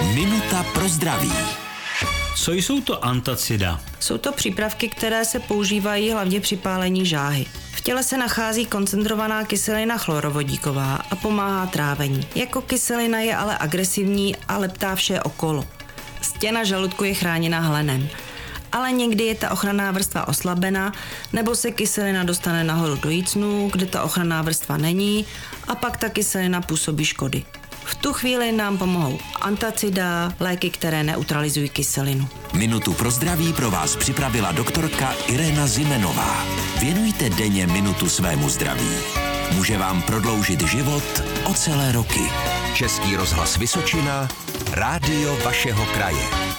Minuta pro zdraví. Co jsou to antacida? Jsou to přípravky, které se používají hlavně při pálení žáhy. V těle se nachází koncentrovaná kyselina chlorovodíková a pomáhá trávení. Jako kyselina je ale agresivní a leptá vše okolo. Stěna žaludku je chráněna hlenem. Ale někdy je ta ochranná vrstva oslabena, nebo se kyselina dostane nahoru do jícnu, kde ta ochranná vrstva není, a pak ta kyselina působí škody. V tu chvíli nám pomohou antacida, léky, které neutralizují kyselinu. Minutu pro zdraví pro vás připravila doktorka Irena Zimenová. Věnujte denně minutu svému zdraví. Může vám prodloužit život o celé roky. Český rozhlas Vysočina, rádio vašeho kraje.